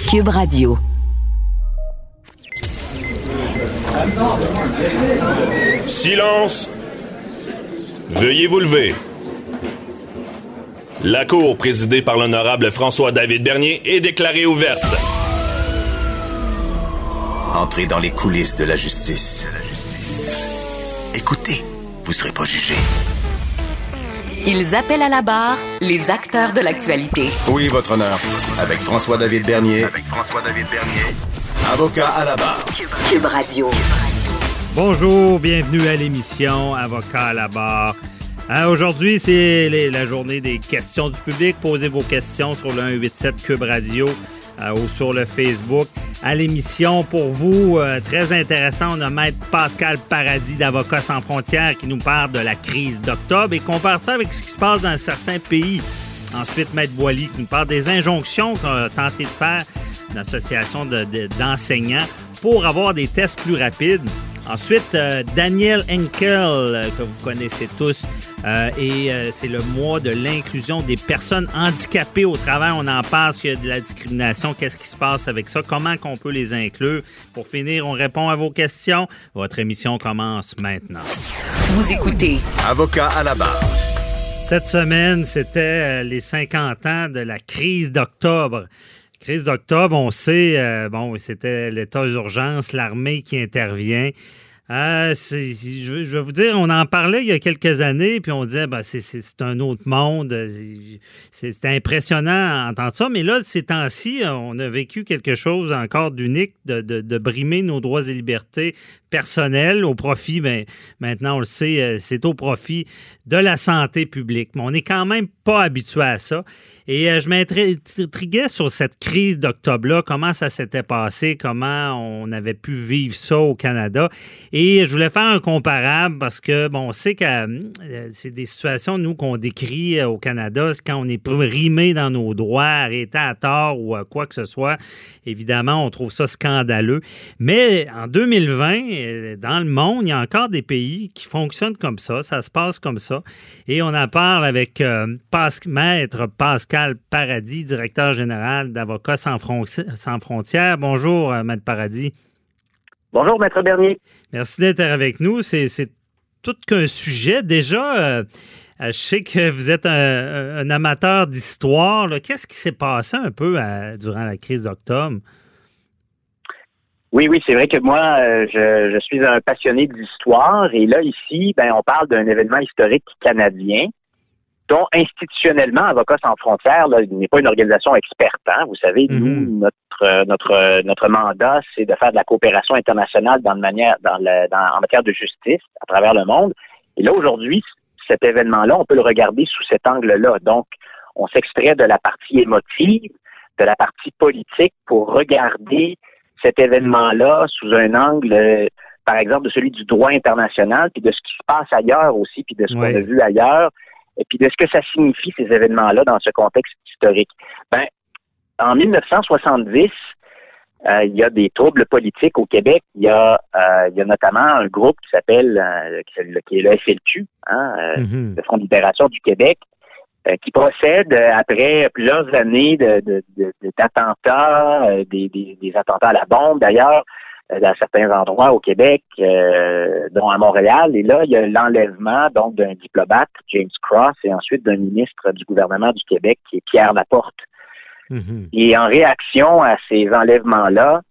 Cube Radio. Silence! Veuillez vous lever. La cour, présidée par l'honorable François-David Bernier, est déclarée ouverte. Entrez dans les coulisses de la justice. Écoutez, vous serez pas jugé. Ils appellent à la barre les acteurs de l'actualité. Oui, votre honneur. Avec François-David Bernier. Avocat à la barre. Cube Radio. Bonjour, bienvenue à l'émission Avocat à la barre. Aujourd'hui, c'est la journée des questions du public. Posez vos questions sur le 187 Cube Radio ou sur le Facebook. À l'émission, pour vous, très intéressant, on a Maître Pascal Paradis d'Avocats sans frontières qui nous parle de la crise d'octobre et compare ça avec ce qui se passe dans certains pays. Ensuite, Maître Boily qui nous parle des injonctions qu'on a tenté de faire l'association d'enseignants pour avoir des tests plus rapides. Ensuite, Daniel Henkel, que vous connaissez tous, et c'est le mois de l'inclusion des personnes handicapées au travail. On en parle, qu'il y a de la discrimination. Qu'est-ce qui se passe avec ça? Comment qu'on peut les inclure? Pour finir, on répond à vos questions. Votre émission commence maintenant. Vous écoutez Avocat à la barre. Cette semaine, c'était les 50 ans de la crise d'octobre. Crise d'octobre, on sait, c'était l'état d'urgence, l'armée qui intervient. Je vais vous dire, on en parlait il y a quelques années, puis on disait, c'est un autre monde. C'était impressionnant à entendre ça, mais là, ces temps-ci, on a vécu quelque chose encore d'unique, de brimer nos droits et libertés personnelles au profit, maintenant on le sait, c'est au profit de la santé publique. Mais on n'est quand même pas habitué à ça. Et je m'intriguais sur cette crise d'octobre-là, comment ça s'était passé, comment on avait pu vivre ça au Canada. Et je voulais faire un comparable parce que, on sait que c'est des situations, nous, qu'on décrit au Canada, c'est quand on est brimé dans nos droits, arrêté à tort ou quoi que ce soit. Évidemment, on trouve ça scandaleux. Mais en 2020, dans le monde, il y a encore des pays qui fonctionnent comme ça se passe comme ça. Et on en parle avec Maître Pascal Paradis, directeur général d'Avocats sans frontières. Bonjour, Maître Paradis. Bonjour, Maître Bernier. Merci d'être avec nous. C'est tout qu'un sujet. Déjà, je sais que vous êtes un amateur d'histoire. Là. Qu'est-ce qui s'est passé un peu durant la crise d'octobre? Oui, c'est vrai que moi, je suis un passionné d'histoire. Et là, ici, on parle d'un événement historique canadien dont institutionnellement, Avocats sans frontières, là, il n'est pas une organisation experte. Hein? Vous savez, nous, notre mandat, c'est de faire de la coopération internationale en matière de justice à travers le monde. Et là, aujourd'hui, cet événement-là, on peut le regarder sous cet angle-là. Donc, on s'extrait de la partie émotive, de la partie politique pour regarder cet événement-là sous un angle, par exemple, de celui du droit international, puis de ce qui se passe ailleurs aussi, puis de ce qu'on a vu ailleurs, et puis de ce que ça signifie, ces événements-là, dans ce contexte historique. En 1970, il y a des troubles politiques au Québec. Il y a notamment un groupe qui s'appelle, qui est le FLQ, le Front de libération du Québec, qui procède après plusieurs années d'attentats, des attentats à la bombe d'ailleurs, dans certains endroits au Québec, dont à Montréal. Et là, il y a l'enlèvement donc d'un diplomate, James Cross, et ensuite d'un ministre du gouvernement du Québec, qui est Pierre Laporte. Et en réaction à ces enlèvements-là,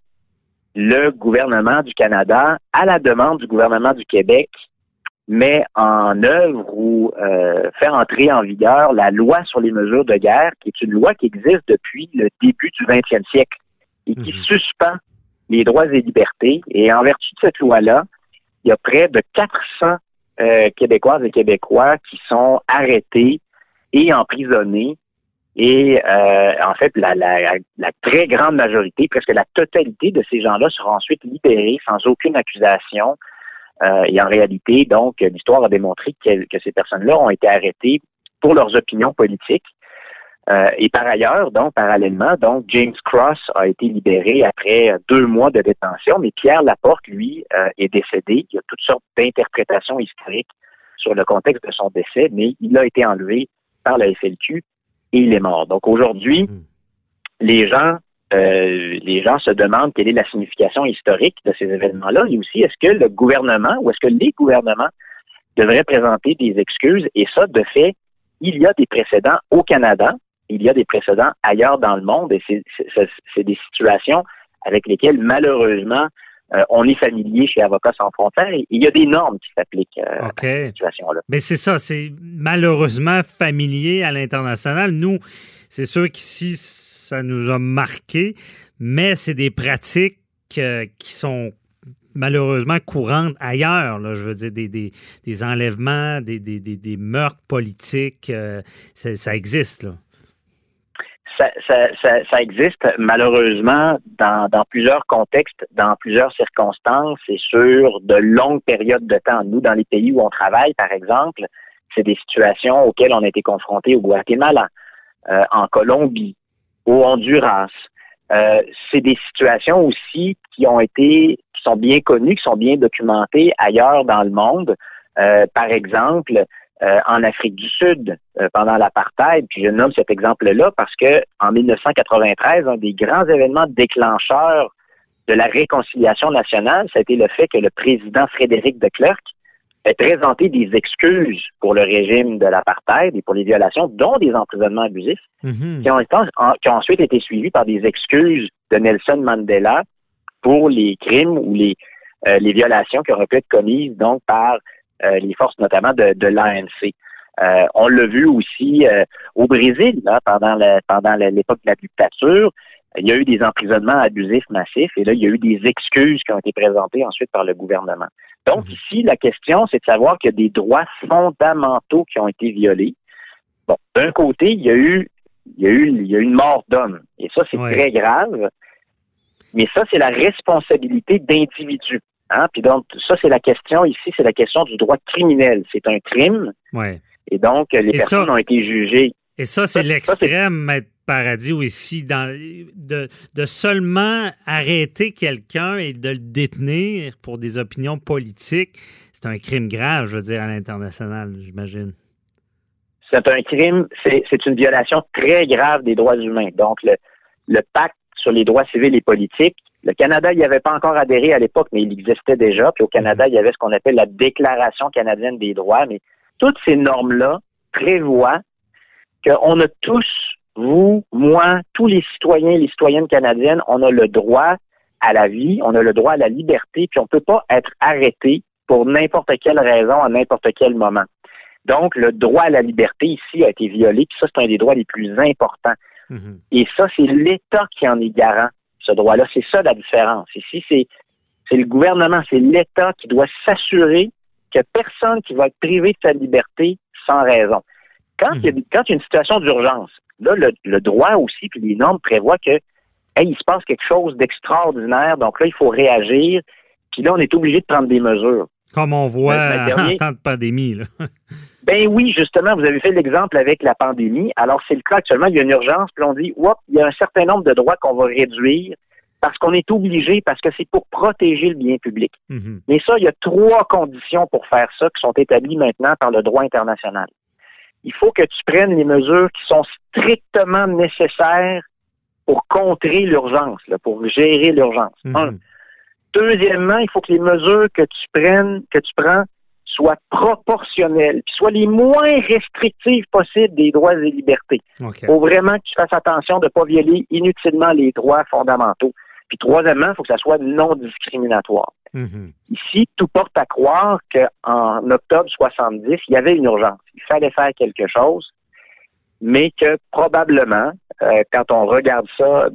le gouvernement du Canada, à la demande du gouvernement du Québec, met en œuvre ou fait entrer en vigueur la loi sur les mesures de guerre, qui est une loi qui existe depuis le début du 20e siècle et qui suspend les droits et libertés. Et en vertu de cette loi-là, il y a près de 400 Québécoises et Québécois qui sont arrêtés et emprisonnés. Et en fait, la très grande majorité, presque la totalité de ces gens-là seront ensuite libérés sans aucune accusation. Et en réalité, donc, l'histoire a démontré que ces personnes-là ont été arrêtées pour leurs opinions politiques. Et par ailleurs, donc, parallèlement, donc, James Cross a été libéré après 2 mois de détention, mais Pierre Laporte, lui, est décédé. Il y a toutes sortes d'interprétations historiques sur le contexte de son décès, mais il a été enlevé par la FLQ et il est mort. Donc, aujourd'hui, les gens les gens se demandent quelle est la signification historique de ces événements-là, et aussi est-ce que le gouvernement ou est-ce que les gouvernements devraient présenter des excuses, et ça, de fait, il y a des précédents au Canada, il y a des précédents ailleurs dans le monde, et c'est des situations avec lesquelles, malheureusement, on est familier chez Avocats sans frontières, et il y a des normes qui s'appliquent à cette situation-là. Mais c'est ça, c'est malheureusement familier à l'international. Nous, c'est sûr qu'ici, ça nous a marqué, mais c'est des pratiques qui sont malheureusement courantes ailleurs. Là. Je veux dire, des enlèvements, des meurtres politiques, ça existe, là. Ça existe malheureusement dans plusieurs contextes, dans plusieurs circonstances et sur de longues périodes de temps. Nous, dans les pays où on travaille, par exemple, c'est des situations auxquelles on a été confrontés au Guatemala, en Colombie, au Honduras. C'est des situations aussi qui sont bien connues, qui sont bien documentées ailleurs dans le monde. Par exemple, en Afrique du Sud, pendant l'apartheid, puis je nomme cet exemple-là parce que en 1993, un des grands événements déclencheurs de la réconciliation nationale, ça a été le fait que le président Frédéric de Klerk ait présenté des excuses pour le régime de l'apartheid et pour les violations, dont des emprisonnements abusifs, qui ont ensuite été suivis par des excuses de Nelson Mandela pour les crimes ou les violations qui auraient pu être commises donc par les forces notamment de l'ANC. On l'a vu aussi au Brésil, là, pendant l'époque de la dictature. Il y a eu des emprisonnements abusifs massifs et là, il y a eu des excuses qui ont été présentées ensuite par le gouvernement. Donc, ici, la question, c'est de savoir qu'il y a des droits fondamentaux qui ont été violés. Bon, d'un côté, il y a eu une mort d'homme. Et ça, c'est très grave. Mais ça, c'est la responsabilité d'individus. Hein? Puis donc, ça, c'est la question ici, c'est la question du droit criminel. C'est un crime. Ouais. Et donc, les personnes ont été jugées. Et ça, c'est l'extrême, Maître Paradis, aussi, de seulement arrêter quelqu'un et de le détenir pour des opinions politiques. C'est un crime grave, je veux dire, à l'international, j'imagine. C'est un crime, c'est une violation très grave des droits humains. Donc, le pacte sur les droits civils et politiques, le Canada n'y avait pas encore adhéré à l'époque, mais il existait déjà. Puis au Canada, il y avait ce qu'on appelle la Déclaration canadienne des droits. Mais toutes ces normes-là prévoient qu'on a tous, vous, moi, tous les citoyens et les citoyennes canadiennes, on a le droit à la vie, on a le droit à la liberté, puis on ne peut pas être arrêté pour n'importe quelle raison à n'importe quel moment. Donc, le droit à la liberté ici a été violé, puis ça, c'est un des droits les plus importants. Et ça, c'est l'État qui en est garant, ce droit-là. C'est ça la différence. Ici, c'est le gouvernement, c'est l'État qui doit s'assurer qu'il n'y a personne qui va être privé de sa liberté sans raison. Quand il y a une situation d'urgence, là, le droit aussi, puis les normes prévoient que il se passe quelque chose d'extraordinaire, donc là, il faut réagir, puis là, on est obligé de prendre des mesures. Comme on voit en temps de pandémie, là. Ben oui, justement, vous avez fait l'exemple avec la pandémie. Alors, c'est le cas actuellement, il y a une urgence, puis on dit, il y a un certain nombre de droits qu'on va réduire parce qu'on est obligé, parce que c'est pour protéger le bien public. Mais ça, il y a 3 conditions pour faire ça qui sont établies maintenant par le droit international. Il faut que tu prennes les mesures qui sont strictement nécessaires pour contrer l'urgence, là, pour gérer l'urgence. Deuxièmement, il faut que les mesures que tu prends soient proportionnelles, puis soient les moins restrictives possibles des droits et libertés. Il faut vraiment que tu fasses attention de ne pas violer inutilement les droits fondamentaux. Puis troisièmement, il faut que ça soit non discriminatoire. Ici, tout porte à croire qu'en octobre 70, il y avait une urgence. Il fallait faire quelque chose, mais que probablement, quand on regarde ça,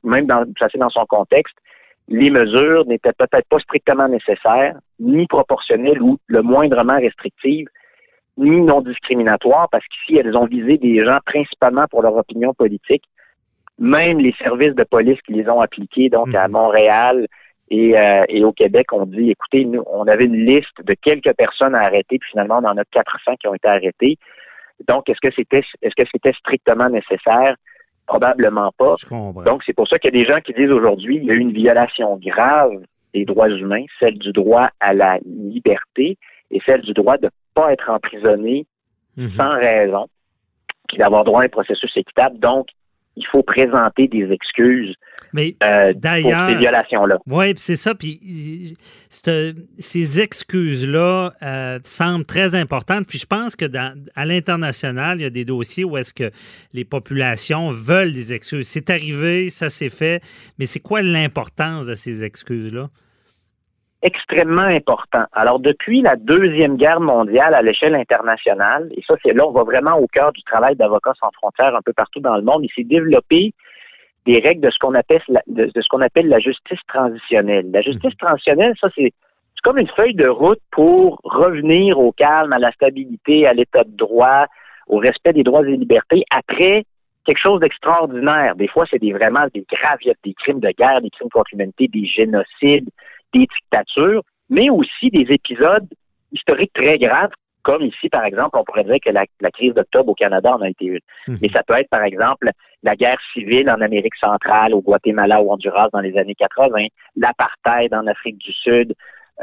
placé dans son contexte, les mesures n'étaient peut-être pas strictement nécessaires, ni proportionnelles ou le moindrement restrictives, ni non discriminatoires, parce qu'ici, elles ont visé des gens principalement pour leur opinion politique. Même les services de police qui les ont appliqués, donc à Montréal et au Québec, ont dit, écoutez, nous, on avait une liste de quelques personnes à arrêter, puis finalement, on en a 400 qui ont été arrêtés. Donc, est-ce que c'était strictement nécessaire? Probablement pas. Donc, c'est pour ça qu'il y a des gens qui disent aujourd'hui qu'il y a eu une violation grave des droits humains, celle du droit à la liberté et celle du droit de ne pas être emprisonné sans raison, puis d'avoir droit à un processus équitable. Donc, il faut présenter des excuses Mais pour d'ailleurs, ces violations-là. oui, c'est ça. Puis ces excuses-là semblent très importantes. Puis je pense que à l'international, il y a des dossiers où est-ce que les populations veulent des excuses. C'est arrivé, ça s'est fait, mais c'est quoi l'importance de ces excuses-là? Extrêmement important. Alors, depuis la Deuxième Guerre mondiale à l'échelle internationale, et ça, c'est là, on va vraiment au cœur du travail d'Avocats sans frontières un peu partout dans le monde, il s'est développé des règles de ce qu'on appelle la justice transitionnelle. La justice transitionnelle, ça, c'est comme une feuille de route pour revenir au calme, à la stabilité, à l'état de droit, au respect des droits et libertés après quelque chose d'extraordinaire. Des fois, c'est vraiment des graves, il y a des crimes de guerre, des crimes contre l'humanité, des génocides, des dictatures, mais aussi des épisodes historiques très graves, comme ici, par exemple, on pourrait dire que la crise d'octobre au Canada en a été une. Mais ça peut être, par exemple, la guerre civile en Amérique centrale, au Guatemala, au Honduras dans les années 80, l'apartheid en Afrique du Sud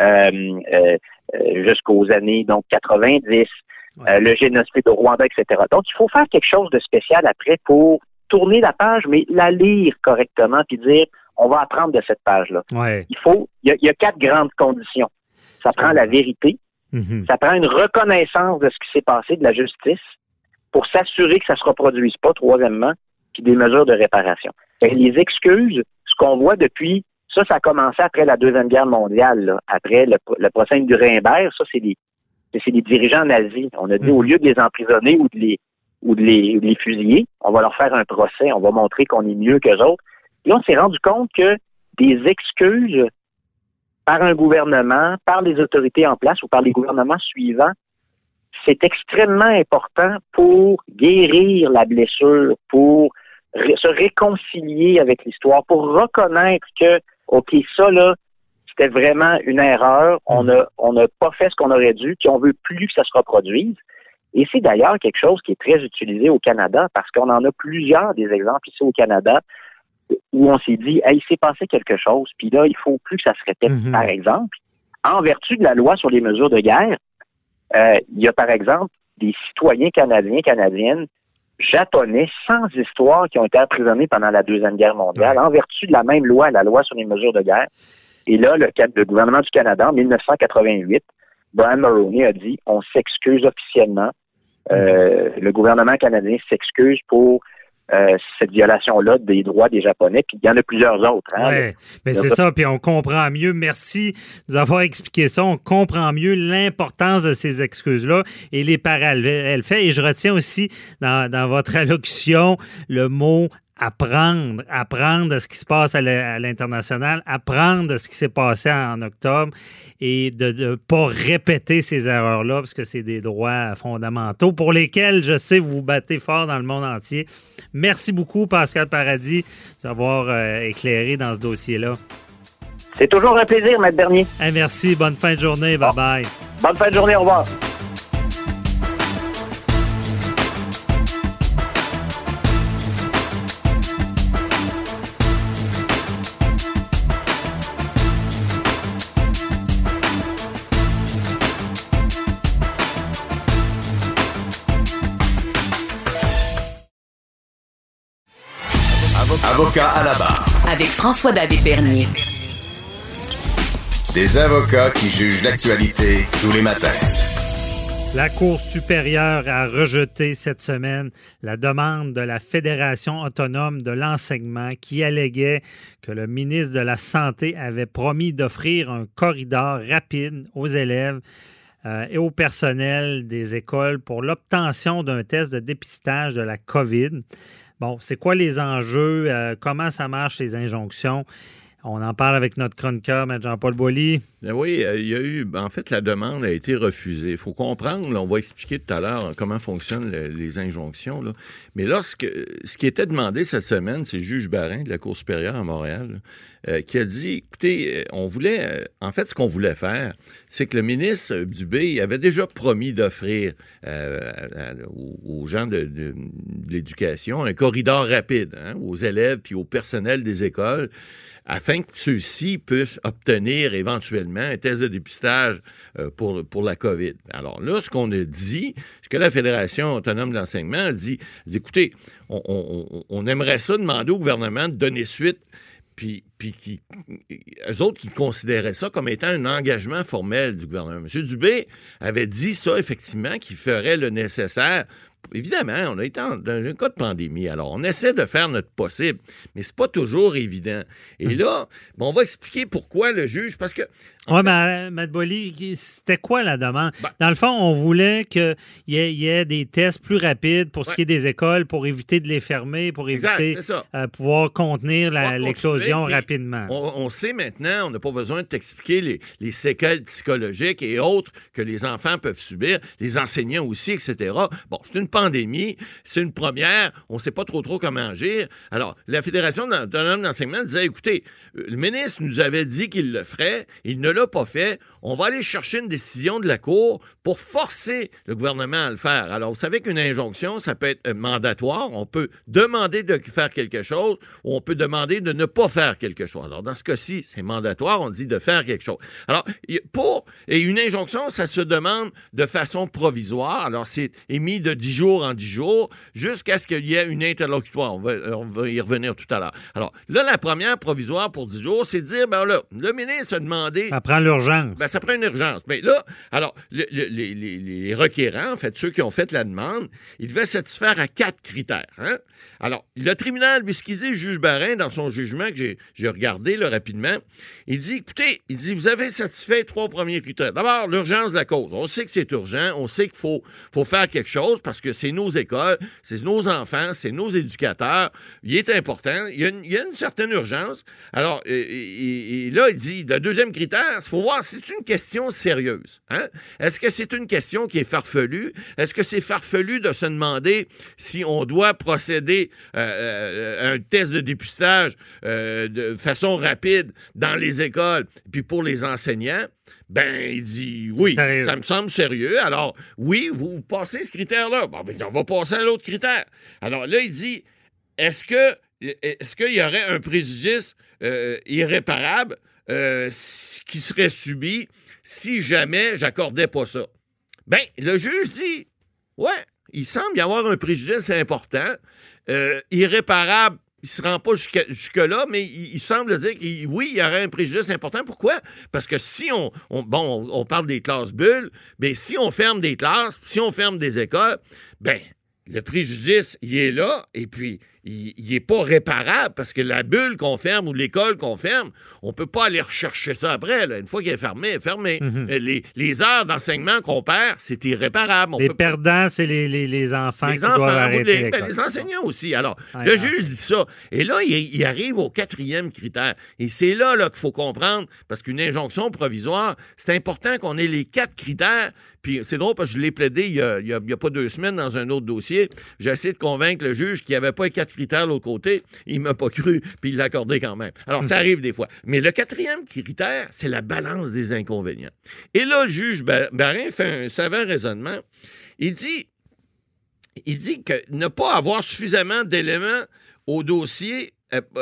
jusqu'aux années 90, le génocide au Rwanda, etc. Donc, il faut faire quelque chose de spécial après pour tourner la page, mais la lire correctement, puis dire on va apprendre de cette page-là. Ouais. Il y a 4 grandes conditions. Ça prend la vérité, ça prend une reconnaissance de ce qui s'est passé, de la justice, pour s'assurer que ça ne se reproduise pas, troisièmement, puis des mesures de réparation. Et les excuses, ce qu'on voit depuis, ça a commencé après la Deuxième Guerre mondiale, là, après le procès de Nuremberg, ça, c'est des dirigeants nazis. On a dit, au lieu de les emprisonner ou de les fusiller, on va leur faire un procès, on va montrer qu'on est mieux qu'eux autres. Et là, on s'est rendu compte que des excuses par un gouvernement, par les autorités en place ou par les gouvernements suivants, c'est extrêmement important pour guérir la blessure, pour se réconcilier avec l'histoire, pour reconnaître que, OK, ça, là, c'était vraiment une erreur, on n'a pas fait ce qu'on aurait dû, puis on veut plus que ça se reproduise. Et c'est d'ailleurs quelque chose qui est très utilisé au Canada, parce qu'on en a plusieurs des exemples ici au Canada, où on s'est dit, hey, il s'est passé quelque chose, puis là, il faut plus que ça se répète. Par exemple, en vertu de la loi sur les mesures de guerre, il y a par exemple des citoyens canadiennes, japonais, sans histoire, qui ont été emprisonnés pendant la Deuxième Guerre mondiale, en vertu de la même loi, la loi sur les mesures de guerre. Et là, le gouvernement du Canada, en 1988, Brian Mulroney a dit, on s'excuse officiellement. Le gouvernement canadien s'excuse pour cette violation-là des droits des Japonais, puis il y en a plusieurs autres. Hein? Oui, mais c'est ça, puis on comprend mieux. Merci de nous avoir expliqué ça. On comprend mieux l'importance de ces excuses-là et les parallèles faits. Et je retiens aussi dans votre allocution le mot apprendre de ce qui se passe à l'international, apprendre de ce qui s'est passé en octobre et de ne pas répéter ces erreurs-là parce que c'est des droits fondamentaux pour lesquels, je sais, vous vous battez fort dans le monde entier. Merci beaucoup, Pascal Paradis, d'avoir éclairé dans ce dossier-là. C'est toujours un plaisir, Maître Bernier. Hey, merci. Bonne fin de journée. Bye-bye. Bonne fin de journée. Au revoir. Avocat à la barre. Avec François-David Bernier. Des avocats qui jugent l'actualité tous les matins. La Cour supérieure a rejeté cette semaine la demande de la Fédération autonome de l'enseignement qui alléguait que le ministre de la Santé avait promis d'offrir un corridor rapide aux élèves et au personnel des écoles pour l'obtention d'un test de dépistage de la COVID. Bon, c'est quoi les enjeux? Comment ça marche, les injonctions? On en parle avec notre chroniqueur, M. Jean-Paul Boilly. Oui, il y a eu... En fait, la demande a été refusée. Il faut comprendre, là, on va expliquer tout à l'heure comment fonctionnent les injonctions. Là. Mais là, ce qui était demandé cette semaine, c'est le juge Barin de la Cour supérieure à Montréal qui a dit, écoutez, on voulait... en fait, ce qu'on voulait faire, c'est que le ministre Dubé avait déjà promis d'offrir aux gens de l'éducation un corridor rapide aux élèves puis au personnel des écoles afin que ceux-ci puissent obtenir éventuellement un test de dépistage pour la COVID. Alors là, ce qu'on a dit, ce que la Fédération autonome de l'enseignement a dit, écoutez, on aimerait ça demander au gouvernement de donner suite, puis eux autres qui considéraient ça comme étant un engagement formel du gouvernement. M. Dubé avait dit ça, effectivement, qu'il ferait le nécessaire. Évidemment, on a été dans un cas de pandémie, alors on essaie de faire notre possible, mais c'est pas toujours évident. Et là, on va expliquer pourquoi le juge, parce que... Oui, mais M. Boily, c'était quoi la demande? Dans le fond, on voulait qu'il y ait des tests plus rapides pour ce qui est des écoles, pour éviter de les fermer, pour éviter pouvoir contenir l'éclosion rapidement. On sait maintenant, on n'a pas besoin de t'expliquer les séquelles psychologiques et autres que les enfants peuvent subir, les enseignants aussi, etc. Bon, c'est une pandémie, c'est une première, on ne sait pas trop comment agir. Alors, la Fédération autonome d'enseignement disait, écoutez, le ministre nous avait dit qu'il le ferait, il ne l'a pas fait, on va aller chercher une décision de la Cour pour forcer le gouvernement à le faire. Alors, vous savez qu'une injonction, ça peut être mandatoire, on peut demander de faire quelque chose ou on peut demander de ne pas faire quelque chose. Alors, dans ce cas-ci, c'est mandatoire, on dit de faire quelque chose. Alors, une injonction, ça se demande de façon provisoire, alors c'est émis de 10 jours en 10 jours, jusqu'à ce qu'il y ait une interlocutoire. On va y revenir tout à l'heure. Alors, là, la première provisoire pour 10 jours, c'est de dire, ben là, le ministre a demandé... Ça prend l'urgence. Ben, ça prend une urgence. Mais là, alors, les requérants, en fait, ceux qui ont fait la demande, ils devaient satisfaire à 4 critères. Hein? Alors, le tribunal, ce qu'il dit, le juge Barin, dans son jugement que j'ai regardé là, rapidement, il dit, écoutez, vous avez satisfait 3 premiers critères. D'abord, l'urgence de la cause. On sait que c'est urgent, on sait qu'il faut faire quelque chose parce que c'est nos écoles, c'est nos enfants, c'est nos éducateurs. Il est important. Il y a une certaine urgence. Alors, et là, il dit, le deuxième critère, il faut voir si c'est une question sérieuse. Hein? Est-ce que c'est une question qui est farfelue? Est-ce que c'est farfelu de se demander si on doit procéder à un test de dépistage de façon rapide dans les écoles puis pour les enseignants? Ben, il dit oui, ça me semble sérieux. Alors, oui, vous passez ce critère-là. Bon, ben, on va passer à l'autre critère. Alors là, il dit, est-ce qu'il y aurait un préjudice irréparable qui serait subi si jamais j'accordais pas ça? Ben, le juge dit, ouais, il semble y avoir un préjudice important, irréparable. Il ne se rend pas jusque-là, mais il semble dire oui, il y aurait un préjudice important. Pourquoi? Parce que si on parle des classes bulles, bien, si on ferme des classes, si on ferme des écoles, bien, le préjudice, il est là, et puis il n'est pas réparable parce que la bulle qu'on ferme ou l'école qu'on ferme, on ne peut pas aller rechercher ça après. Là. Une fois qu'elle est fermée, elle est fermée. Mm-hmm. Les heures d'enseignement qu'on perd, c'est irréparable. Les perdants, c'est les enfants qui doivent arrêter l'école. Les enseignants aussi. Alors, le juge dit ça. Et là, il arrive au 4e critère. Et c'est là qu'il faut comprendre, parce qu'une injonction provisoire, c'est important qu'on ait les 4 critères. Puis c'est drôle parce que je l'ai plaidé il y a pas 2 semaines dans un autre dossier. J'ai essayé de convaincre le juge qu'il n'y avait pas les 4 critères de l'autre côté. Il ne m'a pas cru, puis il l'a accordé quand même. Alors, ça arrive des fois. Mais le 4e critère, c'est la balance des inconvénients. Et là, le juge Barin fait un savant raisonnement. Il dit que ne pas avoir suffisamment d'éléments au dossier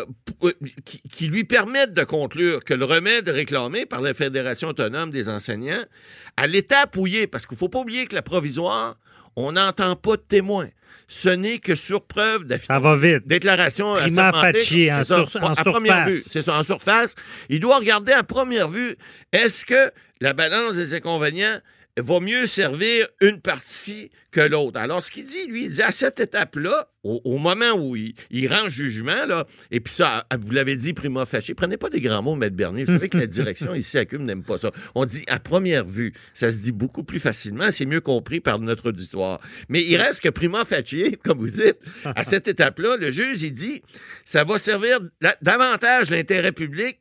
qui lui permettent de conclure que le remède réclamé par la Fédération autonome des enseignants, à l'étape où il est, parce qu'il ne faut pas oublier que la provisoire, on n'entend pas de témoins. Ce n'est que sur preuve déclaration prima facie, en première vue. Surface. C'est ça, en surface. Il doit regarder à première vue, est-ce que la balance des inconvénients va mieux servir une partie que l'autre. Alors, ce qu'il dit, lui, il dit à cette étape-là, au moment où il rend jugement, là, et puis ça, vous l'avez dit, prima facie, prenez pas des grands mots, M. Bernier, vous savez que la direction ici à CUM n'aime pas ça. On dit à première vue, ça se dit beaucoup plus facilement, c'est mieux compris par notre auditoire. Mais il reste que prima facie, comme vous dites, à cette étape-là, le juge, il dit, ça va servir davantage l'intérêt public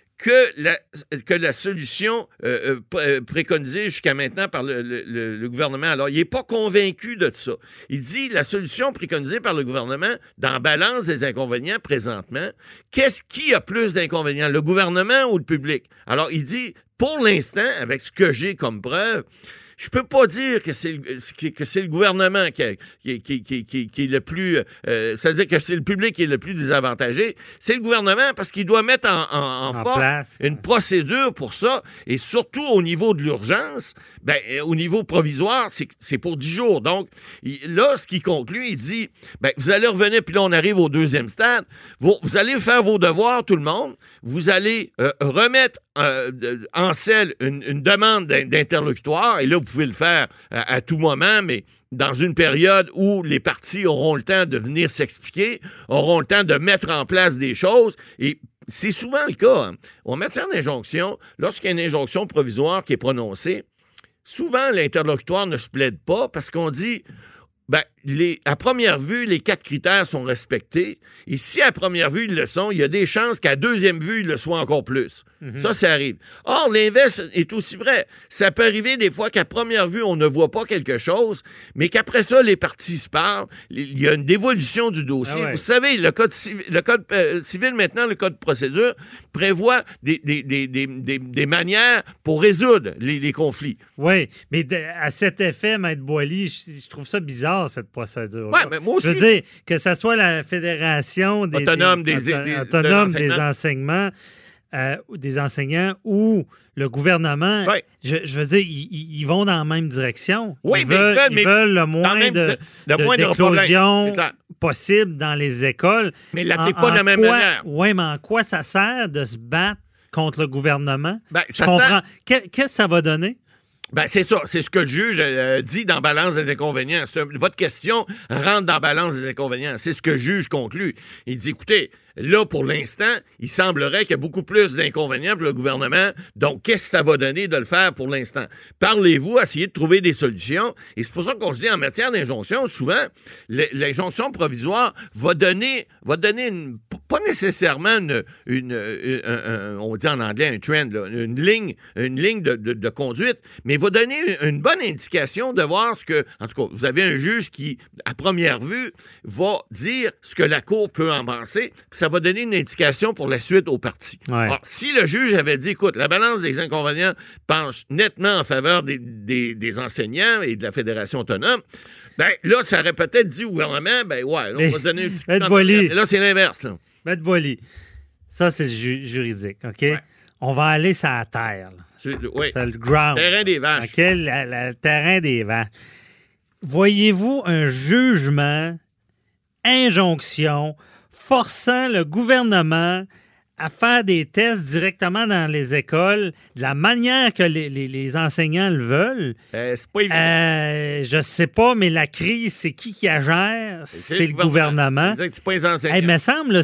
que la solution préconisée jusqu'à maintenant par le gouvernement. Alors, il n'est pas convaincu de ça. Il dit la solution préconisée par le gouvernement dans la balance des inconvénients présentement, qui a plus d'inconvénients, le gouvernement ou le public? Alors, il dit, pour l'instant, avec ce que j'ai comme preuve, je peux pas dire que c'est le gouvernement qui est le plus... c'est-à-dire que c'est le public qui est le plus désavantagé. C'est le gouvernement parce qu'il doit mettre en force une procédure pour ça. Et surtout au niveau de l'urgence, au niveau provisoire, c'est pour 10 jours. Donc, là, ce qu'il conclut, il dit, vous allez revenir, puis là, on arrive au deuxième stade. Vous allez faire vos devoirs, tout le monde. Vous allez remettre en selle une demande d'interlocutoire. Et là, vous pouvez le faire à tout moment, mais dans une période où les partis auront le temps de venir s'expliquer, auront le temps de mettre en place des choses. Et c'est souvent le cas. Hein. En matière d'injonction, lorsqu'il y a une injonction provisoire qui est prononcée, souvent l'interlocutoire ne se plaide pas parce qu'on dit... à première vue, les 4 critères sont respectés. Et si à première vue, ils le sont, il y a des chances qu'à deuxième vue, ils le soient encore plus. Ça arrive. Or, l'inverse est aussi vrai. Ça peut arriver des fois qu'à première vue, on ne voit pas quelque chose, mais qu'après ça, les parties se parlent. Il y a une dévolution du dossier. Ah ouais. Vous savez, le code civil, maintenant, le code de procédure, prévoit des manières pour résoudre les conflits. Oui, mais à cet effet, Maître Boily, je trouve ça bizarre, cette procédure. Oui, mais moi aussi. Je veux dire, que ce soit la Fédération autonome des enseignements, des enseignants ou le gouvernement, je veux dire, ils vont dans la même direction. Oui, ils veulent le moins d'éclosion possible dans les écoles. Mais ils ne l'appliquent pas de la même manière. Oui, mais en quoi ça sert de se battre contre le gouvernement? Je comprends. Qu'est-ce que ça va donner? C'est ça. C'est ce que le juge dit dans Balance des inconvénients. Votre question rentre dans Balance des inconvénients. C'est ce que le juge conclut. Il dit, écoutez, là, pour l'instant, il semblerait qu'il y a beaucoup plus d'inconvénients pour le gouvernement. Donc, qu'est-ce que ça va donner de le faire pour l'instant? Parlez-vous, essayez de trouver des solutions. Et c'est pour ça qu'on se dit, en matière d'injonction, souvent, l'injonction provisoire va donner pas nécessairement on dit en anglais un trend, là, une ligne de conduite, mais va donner une bonne indication de voir ce que... En tout cas, vous avez un juge qui, à première vue, va dire ce que la Cour peut en penser, ça va donner une indication pour la suite aux partis. Ouais. Alors, si le juge avait dit, écoute, la balance des inconvénients penche nettement en faveur des enseignants et de la Fédération autonome, là, ça aurait peut-être dit au gouvernement, là, on va se donner une petite... Mais là, c'est l'inverse, là. Maître Boily, ça, c'est le juridique, OK? Ouais. On va aller sur la terre, là. C'est le ground. Le terrain des vaches. OK? Le terrain des vaches. Voyez-vous un jugement, injonction, forçant le gouvernement à faire des tests directement dans les écoles de la manière que les enseignants le veulent? C'est pas évident. Je sais pas, mais la crise, c'est qui la gère? C'est le gouvernement. C'est pas les enseignants. Il me semble,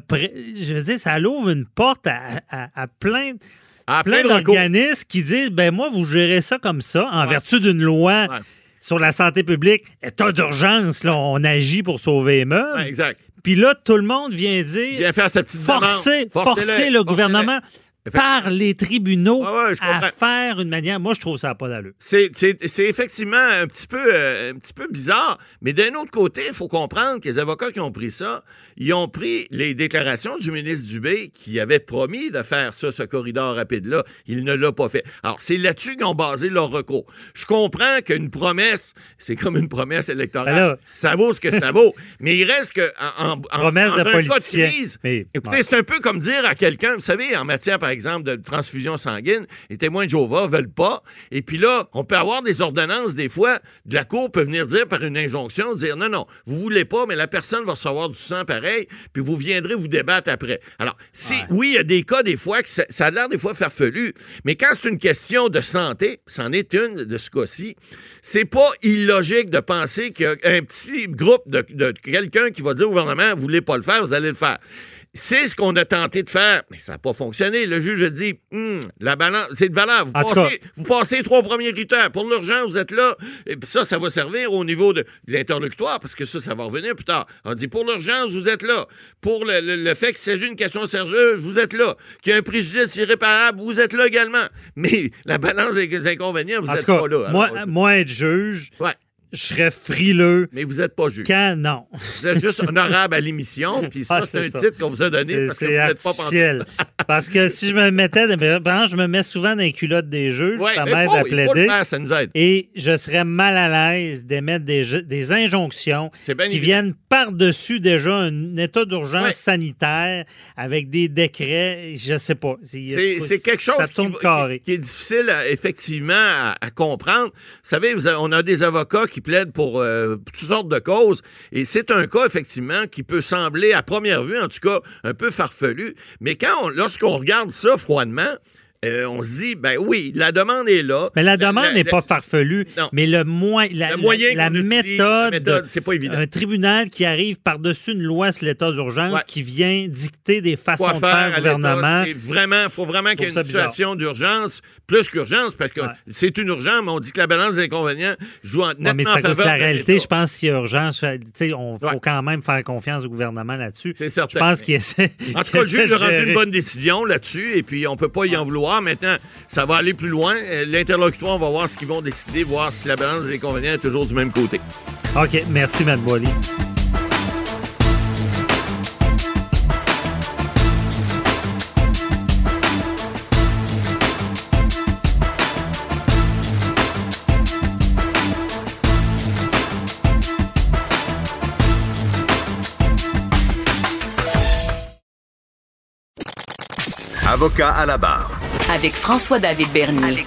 je veux dire, ça ouvre une porte à plein d'organismes qui disent, moi, vous gérez ça comme ça, en vertu d'une loi sur la santé publique. État d'urgence, là, on agit pour sauver les meubles. Exact. Puis là, tout le monde vient dire... Vient faire sa petite forcer le gouvernement par les tribunaux à faire une manière... Moi, je trouve ça pas d'allure. C'est effectivement un petit peu bizarre, mais d'un autre côté, il faut comprendre que les avocats qui ont pris ça, ils ont pris les déclarations du ministre Dubé qui avait promis de faire ça, ce corridor rapide-là. Il ne l'a pas fait. Alors, c'est là-dessus qu'ils ont basé leur recours. Je comprends qu'une promesse, c'est comme une promesse électorale. Alors, ça vaut ce que ça vaut. Mais il reste que promesse de politicien. Cas de crise, écoutez, c'est un peu comme dire à quelqu'un, vous savez, en matière, par exemple, de transfusion sanguine, les témoins de Jéhovah veulent pas. Et puis là, on peut avoir des ordonnances, des fois, de la Cour peut venir dire par une injonction, dire non, vous voulez pas, mais la personne va recevoir du sang pareil, puis vous viendrez vous débattre après. Alors, oui, il y a des cas, des fois, que ça a l'air des fois farfelu, mais quand c'est une question de santé, c'en est une de ce cas-ci, c'est pas illogique de penser qu'il y a un petit groupe de quelqu'un qui va dire au gouvernement, vous voulez pas le faire, vous allez le faire. C'est ce qu'on a tenté de faire, mais ça n'a pas fonctionné. Le juge a dit, la balance, c'est de valeur. Vous passez les 3 premiers critères. Pour l'urgence, vous êtes là. Et puis ça va servir au niveau de l'interlocutoire, parce que ça va revenir plus tard. On dit, pour l'urgence, vous êtes là. Pour le fait qu'il s'agit d'une question sérieuse, vous êtes là. Qu'il y a un préjudice irréparable, vous êtes là également. Mais la balance des inconvénients, vous n'êtes pas là. Alors, moi, être juge... Ouais. Je serais frileux. Mais vous n'êtes pas juge. Non. Vous êtes juste honorable à l'émission, puis ça, c'est un titre qu'on vous a donné parce que vous n'êtes pas artificiel. Parce que si je me mettais, je me mets souvent dans les culottes des juges, ça m'aide à plaider. Il faut le faire, ça nous aide. Et je serais mal à l'aise d'émettre des injonctions qui viennent par-dessus déjà un état d'urgence sanitaire avec des décrets, je sais pas. C'est quelque chose qui est difficile, effectivement, à comprendre. Vous savez, on a des avocats qui plaident pour toutes sortes de causes, et c'est un cas, effectivement, qui peut sembler, à première vue, en tout cas, un peu farfelu, mais lorsqu'on regarde ça froidement, on se dit, ben oui, la demande est là. Mais la demande n'est pas farfelue, mais la méthode, c'est pas évident. Un tribunal qui arrive par-dessus une loi sur l'état d'urgence qui vient dicter des façons de faire au gouvernement. Il faut vraiment qu'il y ait une situation d'urgence, plus qu'urgence, parce que c'est une urgence, mais on dit que la balance des inconvénients joue nettement en faveur de la réalité, je pense qu'il y a urgence. On faut quand même faire confiance au gouvernement là-dessus. C'est certain. Je pense qu'il essaie. En tout cas, le juge a rendu une bonne décision là-dessus, et puis on peut pas y en vouloir. Maintenant, ça va aller plus loin. L'interlocutoire va voir ce qu'ils vont décider, voir si la balance des inconvénients est toujours du même côté. OK. Merci, Mme Boily. Avocat à la barre. Avec François-David Bernier.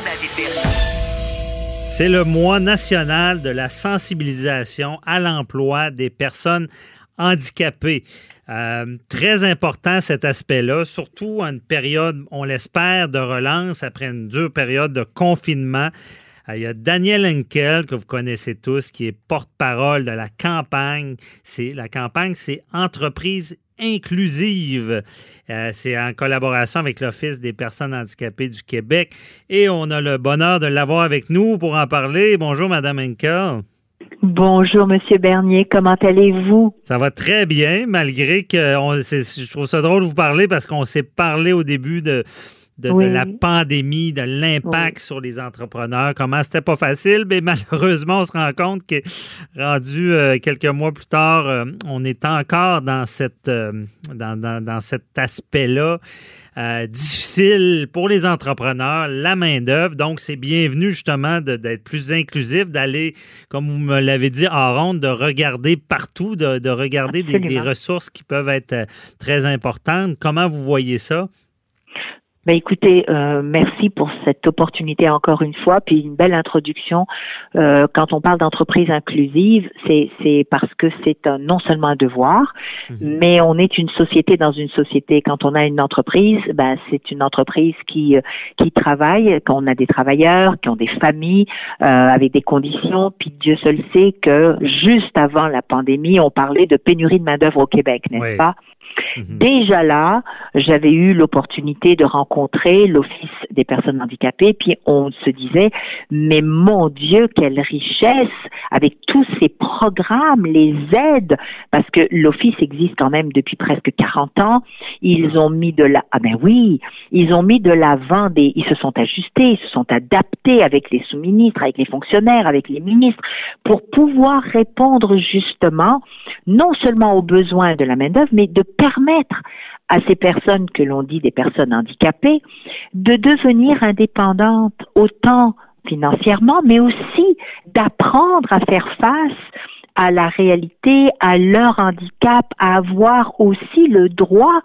C'est le mois national de la sensibilisation à l'emploi des personnes handicapées. Très important cet aspect-là, surtout en une période, on l'espère, de relance après une dure période de confinement. Il y a Daniel Henkel, que vous connaissez tous, qui est porte-parole de la campagne. La campagne, c'est Entreprise inclusive. C'est en collaboration avec l'Office des personnes handicapées du Québec. Et on a le bonheur de l'avoir avec nous pour en parler. Bonjour, Mme Henkel. Bonjour, M. Bernier. Comment allez-vous? Ça va très bien, malgré que je trouve ça drôle de vous parler parce qu'on s'est parlé au début de la pandémie, de l'impact sur les entrepreneurs, comment c'était pas facile, mais malheureusement, on se rend compte que rendu quelques mois plus tard, on est encore dans cet aspect-là difficile pour les entrepreneurs, la main-d'œuvre. Donc, c'est bienvenu justement d'être plus inclusif, d'aller, comme vous me l'avez dit en ronde, de regarder partout, de regarder des ressources qui peuvent être très importantes. Comment vous voyez ça? Ben écoutez, merci pour cette opportunité encore une fois, puis une belle introduction. Quand on parle d'entreprise inclusive, c'est parce que c'est non seulement un devoir, mais on est une société dans une société. Quand on a une entreprise, ben c'est une entreprise qui travaille, quand on a des travailleurs, qui ont des familles, avec des conditions. Puis Dieu seul sait que juste avant la pandémie, on parlait de pénurie de main-d'œuvre au Québec, n'est-ce pas? Déjà là, j'avais eu l'opportunité de rencontrer l'Office des personnes handicapées, puis on se disait, mais mon Dieu, quelle richesse avec tous ces programmes, les aides, parce que l'Office existe quand même depuis presque 40 ans. Ils ont mis ils ont mis de l'avant ils se sont ajustés, ils se sont adaptés avec les sous-ministres, avec les fonctionnaires, avec les ministres, pour pouvoir répondre justement, non seulement aux besoins de la main-d'œuvre, mais de permettre à ces personnes que l'on dit des personnes handicapées de devenir indépendantes autant financièrement, mais aussi d'apprendre à faire face à la réalité, à leur handicap, à avoir aussi le droit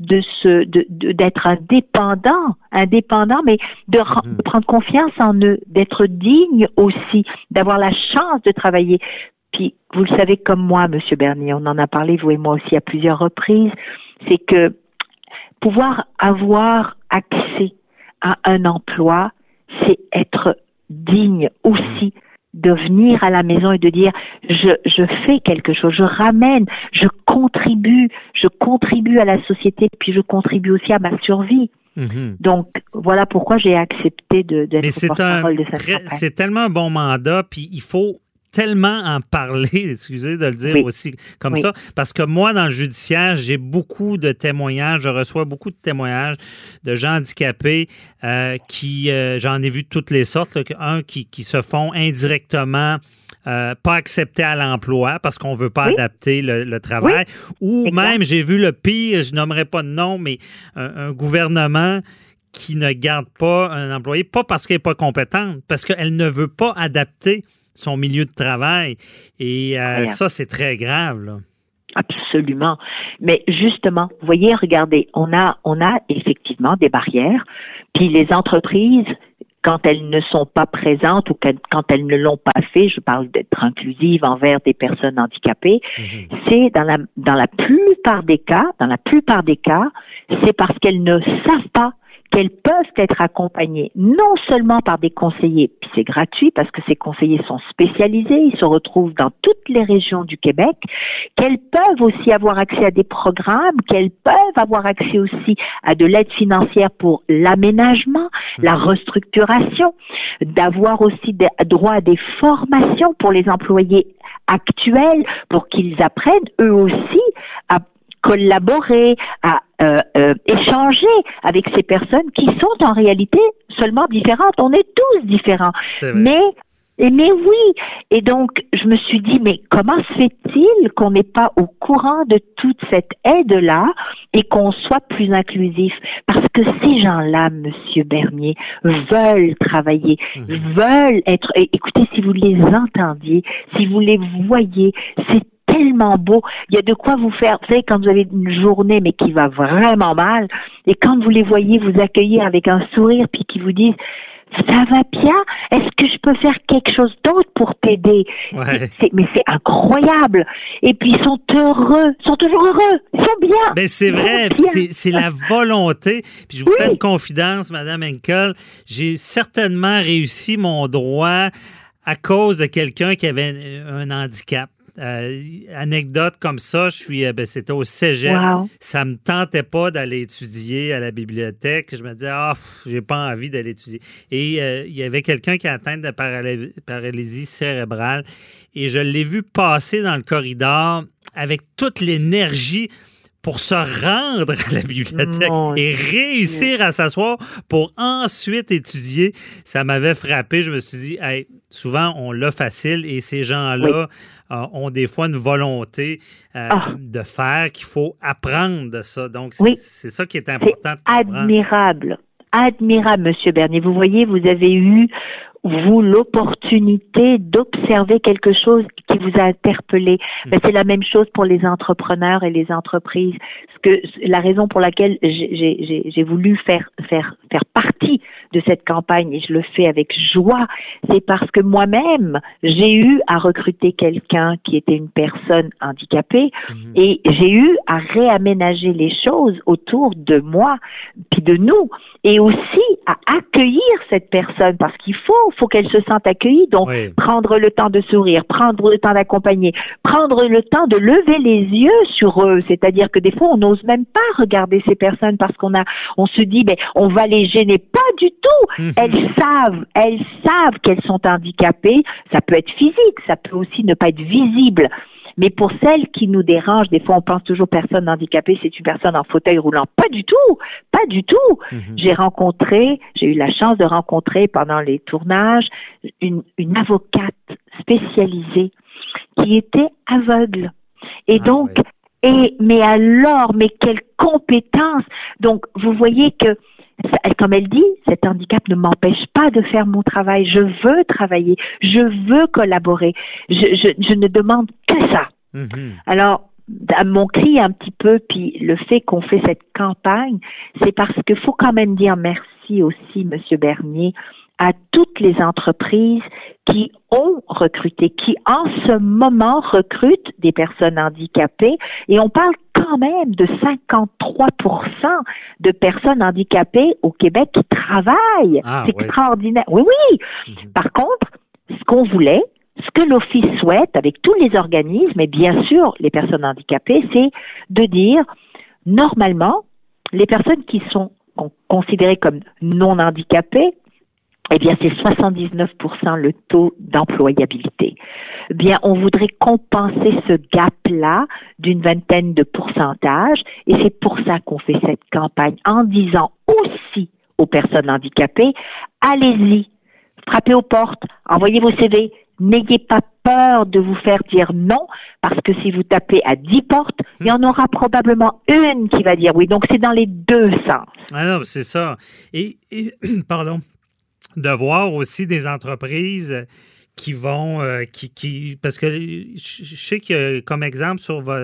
d'être indépendant, mais de prendre confiance en eux, d'être digne aussi, d'avoir la chance de travailler. Puis, vous le savez comme moi, M. Bernier, on en a parlé, vous et moi aussi, à plusieurs reprises, c'est que pouvoir avoir accès à un emploi, c'est être digne aussi de venir à la maison et de dire je fais quelque chose, je ramène, je contribue à la société, puis je contribue aussi à ma survie. Donc, voilà pourquoi j'ai accepté d'être porte-parole de cette campagne. C'est tellement un bon mandat, puis il faut tellement en parler, excusez de le dire aussi comme ça, parce que moi, dans le judiciaire, j'ai beaucoup de témoignages, je reçois beaucoup de témoignages de gens handicapés qui, j'en ai vu de toutes les sortes, qui se font indirectement pas acceptés à l'emploi parce qu'on veut pas adapter le travail. Ou même, j'ai vu le pire, je nommerai pas de nom, mais un gouvernement qui ne garde pas un employé, pas parce qu'elle n'est pas compétente, parce qu'elle ne veut pas adapter son milieu de travail. Et ça, c'est très grave, là. Absolument. Mais justement, vous voyez, regardez, on a effectivement des barrières, puis les entreprises, quand elles ne sont pas présentes ou quand elles ne l'ont pas fait, je parle d'être inclusive envers des personnes handicapées, c'est dans la plupart des cas, c'est parce qu'elles ne savent pas qu'elles peuvent être accompagnées non seulement par des conseillers, puis c'est gratuit parce que ces conseillers sont spécialisés, ils se retrouvent dans toutes les régions du Québec, qu'elles peuvent aussi avoir accès à des programmes, qu'elles peuvent avoir accès aussi à de l'aide financière pour l'aménagement, la restructuration, d'avoir aussi droit à des formations pour les employés actuels, pour qu'ils apprennent eux aussi à collaborer, à échanger avec ces personnes qui sont en réalité seulement différentes. On est tous différents. Mais oui. Et donc, je me suis dit, mais comment se fait-il qu'on n'est pas au courant de toute cette aide-là et qu'on soit plus inclusif? Parce que ces gens-là, Monsieur Bernier, veulent travailler, veulent être... Écoutez, si vous les entendiez, si vous les voyez, c'est tellement beau. Il y a de quoi vous faire, vous savez, quand vous avez une journée, mais qui va vraiment mal, et quand vous les voyez vous accueillir avec un sourire, puis qui vous disent, ça va bien? Est-ce que je peux faire quelque chose d'autre pour t'aider? Mais c'est incroyable. Et puis, ils sont heureux. Ils sont toujours heureux. Ils sont bien. Ben, c'est vrai. C'est la volonté. Puis, je vous fais une confidence, Madame Henkel. J'ai certainement réussi mon droit à cause de quelqu'un qui avait un handicap. Anecdote comme ça, c'était au cégep. Wow. Ça me tentait pas d'aller étudier à la bibliothèque. Je me disais, j'ai pas envie d'aller étudier. Et il y avait quelqu'un qui est atteint de paralysie cérébrale et je l'ai vu passer dans le corridor avec toute l'énergie pour se rendre à la bibliothèque et réussir à s'asseoir pour ensuite étudier. Ça m'avait frappé. Je me suis dit, souvent, on l'a facile et ces gens-là ont des fois une volonté de faire qu'il faut apprendre de ça. Donc, c'est ça qui est important de comprendre. Admirable, M. Bernier. Vous voyez, vous avez eu l'opportunité d'observer quelque chose qui vous a interpellé. Ben, c'est la même chose pour les entrepreneurs et les entreprises. La raison pour laquelle j'ai voulu faire partie de cette campagne, et je le fais avec joie, c'est parce que moi-même, j'ai eu à recruter quelqu'un qui était une personne handicapée et j'ai eu à réaménager les choses autour de moi puis de nous et aussi à accueillir cette personne parce qu'il faut qu'elle se sente accueillie. Donc, prendre le temps de sourire, prendre le temps d'accompagner, prendre le temps de lever les yeux sur eux. C'est-à-dire que des fois, on n'ose même pas regarder ces personnes parce on se dit, on va les gêner. Pas du tout. Elles savent qu'elles sont handicapées. Ça peut être physique, ça peut aussi ne pas être visible. Mais pour celles qui nous dérangent, des fois on pense toujours personne handicapée, c'est une personne en fauteuil roulant. Pas du tout. J'ai eu la chance de rencontrer pendant les tournages une avocate spécialisée qui était aveugle. Et donc, mais quelle compétence! Donc, vous voyez que comme elle dit, cet handicap ne m'empêche pas de faire mon travail. Je veux travailler, je veux collaborer. Je ne demande que ça. Alors, mon cri un petit peu, puis le fait qu'on fait cette campagne, c'est parce qu'il faut quand même dire merci aussi, M. Bernier, à toutes les entreprises qui ont recruté, qui en ce moment recrutent des personnes handicapées, et on parle quand même de 53% de personnes handicapées au Québec qui travaillent. C'est extraordinaire. Oui. Par contre, ce qu'on voulait, ce que l'Office souhaite avec tous les organismes, et bien sûr les personnes handicapées, c'est de dire, normalement, les personnes qui sont considérées comme non handicapées, eh bien, c'est 79% le taux d'employabilité. Eh bien, on voudrait compenser ce gap-là d'une vingtaine de pourcentages, et c'est pour ça qu'on fait cette campagne en disant aussi aux personnes handicapées, allez-y, frappez aux portes, envoyez vos CV, n'ayez pas peur de vous faire dire non, parce que si vous tapez à 10 portes, il y en aura probablement une qui va dire oui. Donc, c'est dans les deux sens. Ah non, c'est ça. Et pardon, de voir aussi des entreprises qui vont, parce que je sais que, comme exemple,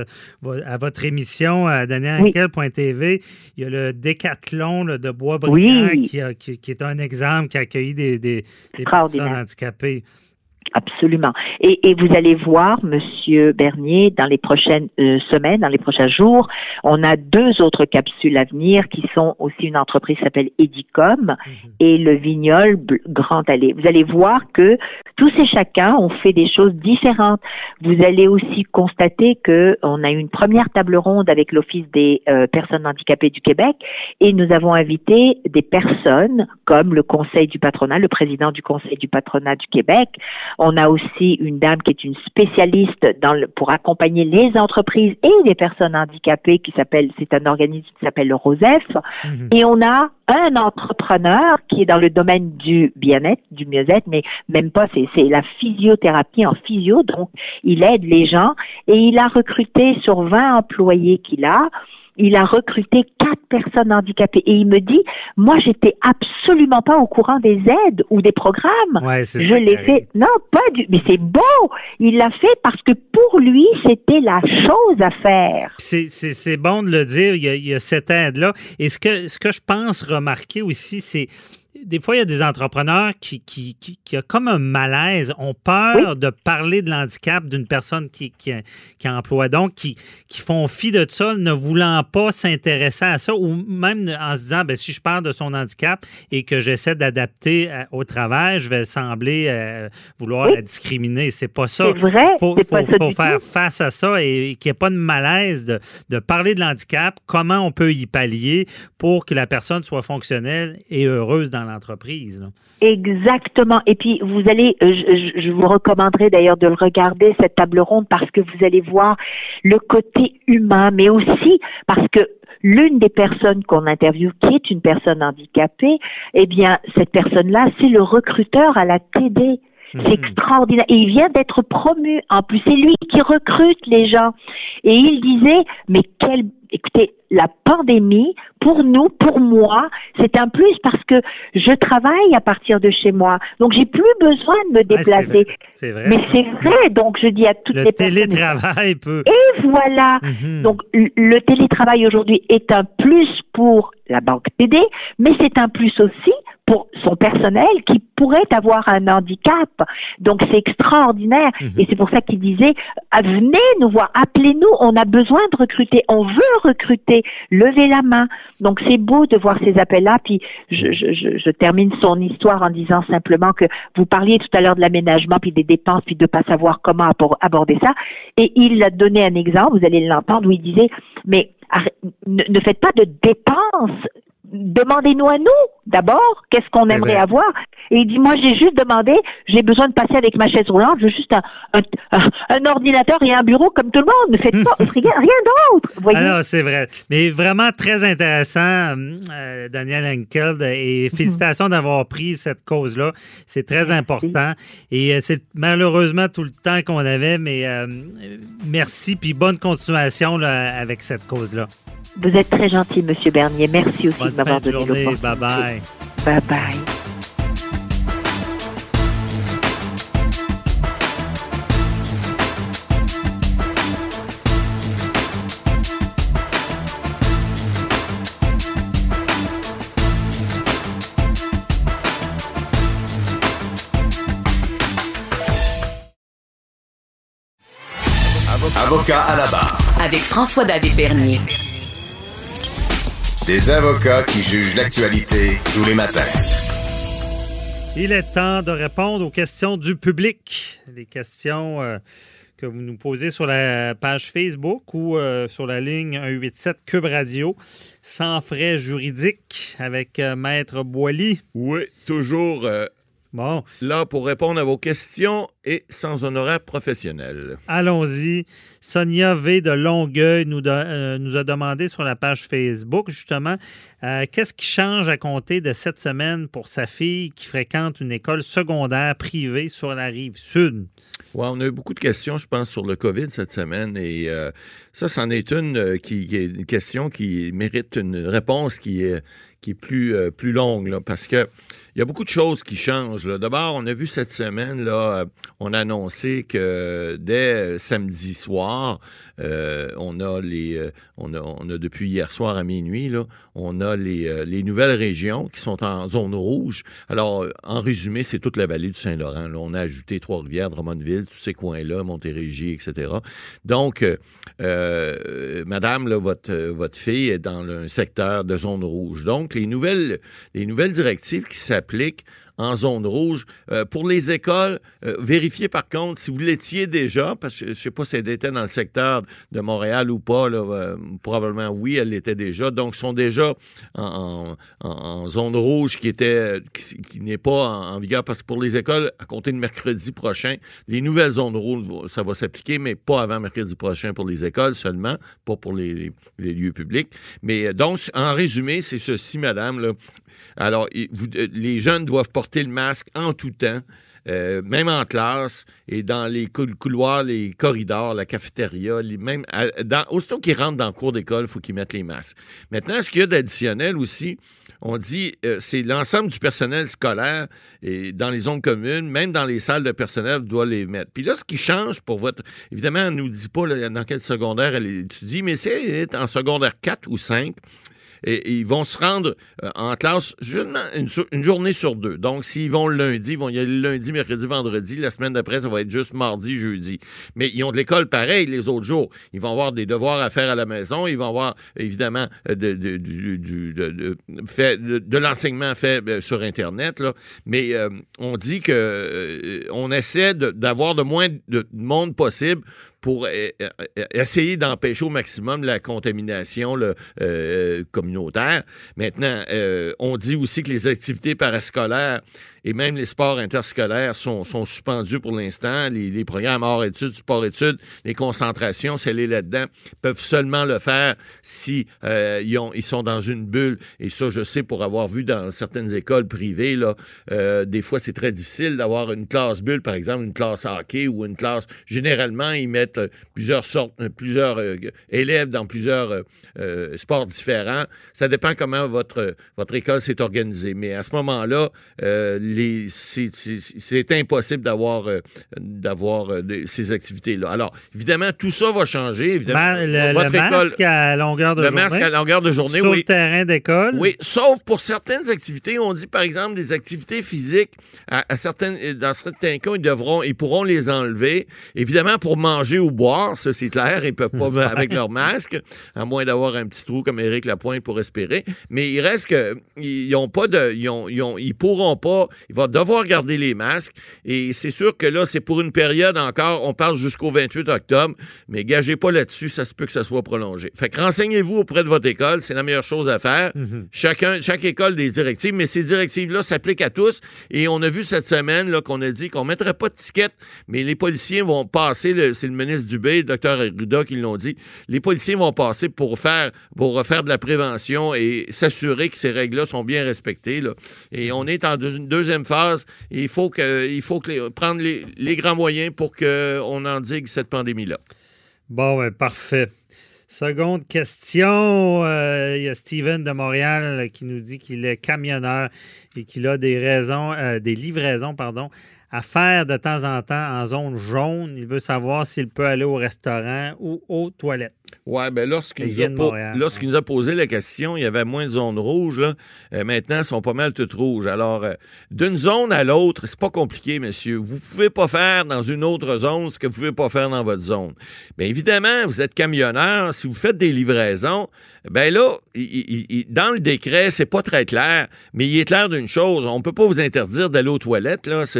à votre émission, à danielhenkel.tv, il y a le Décathlon là, de Boisbriand qui est un exemple, qui a accueilli des personnes handicapées. Absolument. Et vous allez voir, Monsieur Bernier, dans les prochaines semaines, dans les prochains jours, on a 2 autres capsules à venir qui sont aussi une entreprise qui s'appelle Edicom et le Vignol Grand Allée. Vous allez voir que tous et chacun ont fait des choses différentes. Vous allez aussi constater que on a eu une première table ronde avec l'Office des personnes handicapées du Québec et nous avons invité des personnes comme le Conseil du patronat, le président du Conseil du patronat du Québec. On a aussi une dame qui est une spécialiste pour accompagner les entreprises et les personnes handicapées c'est un organisme qui s'appelle le ROSEF. Et on a un entrepreneur qui est dans le domaine du bien-être, du mieux-être, mais même pas, c'est la physiothérapie en physio, donc il aide les gens et il a recruté sur 20 employés qu'il a. Il a recruté 4 personnes handicapées et il me dit, moi, j'étais absolument pas au courant des aides ou des programmes. Ouais, c'est je l'ai fait. Non, mais c'est beau. Il l'a fait parce que pour lui, c'était la chose à faire. C'est bon de le dire. Il y a cette aide-là. Et ce que je pense remarquer aussi, c'est des fois, il y a des entrepreneurs qui ont comme un malaise, ont peur de parler de l'handicap d'une personne qui emploie, donc qui font fi de ça, ne voulant pas s'intéresser à ça, ou même en se disant, si je parle de son handicap et que j'essaie d'adapter au travail, je vais sembler vouloir la discriminer. C'est pas ça. C'est vrai. Il faut faire face à ça et qu'il n'y ait pas de malaise de parler de l'handicap, comment on peut y pallier pour que la personne soit fonctionnelle et heureuse dans l'entreprise. Là. Exactement. Et puis, vous allez, je vous recommanderais d'ailleurs de le regarder, cette table ronde, parce que vous allez voir le côté humain, mais aussi parce que l'une des personnes qu'on interviewe, qui est une personne handicapée, eh bien, cette personne-là, c'est le recruteur à la TD. C'est extraordinaire. Et il vient d'être promu. En plus, c'est lui qui recrute les gens. Et il disait, écoutez, la pandémie, pour nous, pour moi, c'est un plus parce que je travaille à partir de chez moi. Donc, j'ai plus besoin de me déplacer. C'est vrai. Mais c'est vrai. Donc, je dis à toutes les personnes. Le télétravail peut. Et voilà. Donc, le télétravail aujourd'hui est un plus pour la banque TD, mais c'est un plus aussi pour son personnel qui pourrait avoir un handicap. Donc, c'est extraordinaire. Et c'est pour ça qu'il disait, venez nous voir, appelez-nous, on a besoin de recruter, on veut recruter, levez la main. Donc, c'est beau de voir ces appels-là. Puis, je termine son histoire en disant simplement que vous parliez tout à l'heure de l'aménagement, puis des dépenses, puis de pas savoir comment aborder ça. Et il a donné un exemple, vous allez l'entendre, où il disait, mais ne faites pas de dépenses. Demandez-nous à nous, d'abord, qu'est-ce qu'on aimerait avoir. Et il dit, moi, j'ai juste demandé, j'ai besoin de passer avec ma chaise roulante, je veux juste un ordinateur et un bureau comme tout le monde. Ne faites pas rien d'autre. Voyez? Alors, c'est vrai. Mais vraiment très intéressant, Daniel Henkel, et félicitations d'avoir pris cette cause-là. C'est très important. Et c'est malheureusement tout le temps qu'on avait, mais merci, puis bonne continuation là, avec cette cause-là. Vous êtes très gentil, M. Bernier. Merci aussi de m'avoir donné l'opportunité. Bye-bye. Bye-bye. Avocat à la barre. Avec François-David Bernier. Des avocats qui jugent l'actualité tous les matins. Il est temps de répondre aux questions du public. Les questions que vous nous posez sur la page Facebook ou sur la ligne 187 Cube Radio, sans frais juridiques, avec Maître Boily. Oui, toujours bon. Là pour répondre à vos questions. et sans honoraires professionnels. Allons-y. Sonia V. de Longueuil nous a demandé sur la page Facebook, justement, qu'est-ce qui change à compter de cette semaine pour sa fille qui fréquente une école secondaire privée sur la Rive-Sud? Oui, on a eu beaucoup de questions, je pense, sur le COVID cette semaine. Et ça, c'en est une qui est une question qui mérite une réponse qui est plus longue, là, parce que il y a beaucoup de choses qui changent, là. D'abord, on a vu cette semaine, là, on a annoncé que dès samedi soir, on a depuis hier soir à minuit, là, on a les nouvelles régions qui sont en zone rouge. Alors, en résumé, c'est toute la vallée du Saint-Laurent. Là, on a ajouté Trois-Rivières, Drummondville, tous ces coins-là, Montérégie, etc. Donc, madame, là, votre fille est dans un secteur de zone rouge. Donc, les nouvelles directives qui s'appliquent en zone rouge. Pour les écoles, vérifiez par contre si vous l'étiez déjà, parce que je ne sais pas si elle était dans le secteur de Montréal ou pas, là, probablement oui, elle l'était déjà. Donc, sont déjà en zone rouge qui n'est pas en vigueur, parce que pour les écoles, à compter de mercredi prochain, les nouvelles zones rouges, ça va s'appliquer, mais pas avant mercredi prochain pour les écoles seulement, pas pour les lieux publics. Mais donc, en résumé, c'est ceci, madame, là. Alors, les jeunes doivent porter le masque en tout temps, même en classe et dans les couloirs, les corridors, la cafétéria, aussitôt qu'ils rentrent dans le cours d'école, il faut qu'ils mettent les masques. Maintenant, ce qu'il y a d'additionnel aussi, on dit c'est l'ensemble du personnel scolaire et dans les zones communes, même dans les salles de personnel, doit les mettre. Puis là, ce qui change pour votre... Évidemment, on ne nous dit pas là, dans quel secondaire elle étudie, mais c'est elle est en secondaire 4 ou 5. Et ils vont se rendre en classe une journée sur 2. Donc, s'ils vont le lundi, ils vont y aller le lundi, mercredi, vendredi. La semaine d'après, ça va être juste mardi, jeudi. Mais ils ont de l'école pareil les autres jours. Ils vont avoir des devoirs à faire à la maison. Ils vont avoir, évidemment, de l'enseignement fait sur Internet, là. Mais on dit que on essaie d'avoir le moins de monde possible pour essayer d'empêcher au maximum la contamination communautaire. Maintenant, on dit aussi que les activités parascolaires et même les sports interscolaires sont suspendus pour l'instant. Les programmes hors-études, sport-études, les concentrations, c'est aller là-dedans, peuvent seulement le faire si ils sont dans une bulle. Et ça, je sais, pour avoir vu dans certaines écoles privées, là, des fois, c'est très difficile d'avoir une classe bulle, par exemple, une classe hockey ou une classe... Généralement, ils mettent plusieurs élèves dans plusieurs sports différents. Ça dépend comment votre école s'est organisée. Mais à ce moment-là, c'est impossible d'avoir ces activités-là. Alors, évidemment, tout ça va changer. Évidemment, le masque à longueur de journée. Le masque à longueur de journée, sur le terrain d'école. Oui, sauf pour certaines activités. On dit, par exemple, des activités physiques, dans certains cas, ils pourront les enlever. Évidemment, pour manger ou boire, ça, c'est clair, ils peuvent pas avec leur masque, à moins d'avoir un petit trou comme Éric Lapointe pour respirer. Mais il reste que ils pourront pas. Ils vont devoir garder les masques. Et c'est sûr que là, c'est pour une période encore. On parle jusqu'au 28 octobre. Mais gagez pas là-dessus. Ça se peut que ça soit prolongé. Fait que renseignez-vous auprès de votre école. C'est la meilleure chose à faire. Mm-hmm. Chaque école des directives. Mais ces directives-là s'appliquent à tous. Et on a vu cette semaine là, qu'on a dit qu'on mettrait pas de ticket. Mais les policiers vont passer. C'est le ministre Dubé, le docteur Arruda qui l'ont dit. Les policiers vont passer pour refaire de la prévention et s'assurer que ces règles-là sont bien respectées, là. Et on est en deuxième phase. Il faut prendre les grands moyens pour qu'on endigue cette pandémie-là. Bon, ben, parfait. Seconde question. Il y a Steven de Montréal qui nous dit qu'il est camionneur et qu'il a des livraisons, à faire de temps en temps en zone jaune. Il veut savoir s'il peut aller au restaurant ou aux toilettes. Oui, bien, lorsqu'il nous a posé la question, il y avait moins de zones rouges. Là. Maintenant, elles sont pas mal toutes rouges. Alors, d'une zone à l'autre, c'est pas compliqué, monsieur. Vous pouvez pas faire dans une autre zone ce que vous pouvez pas faire dans votre zone. Bien, évidemment, vous êtes camionneur. Si vous faites des livraisons, bien là, dans le décret, c'est pas très clair, mais il est clair d'une chose. On peut pas vous interdire d'aller aux toilettes, là, ça, c'est certain.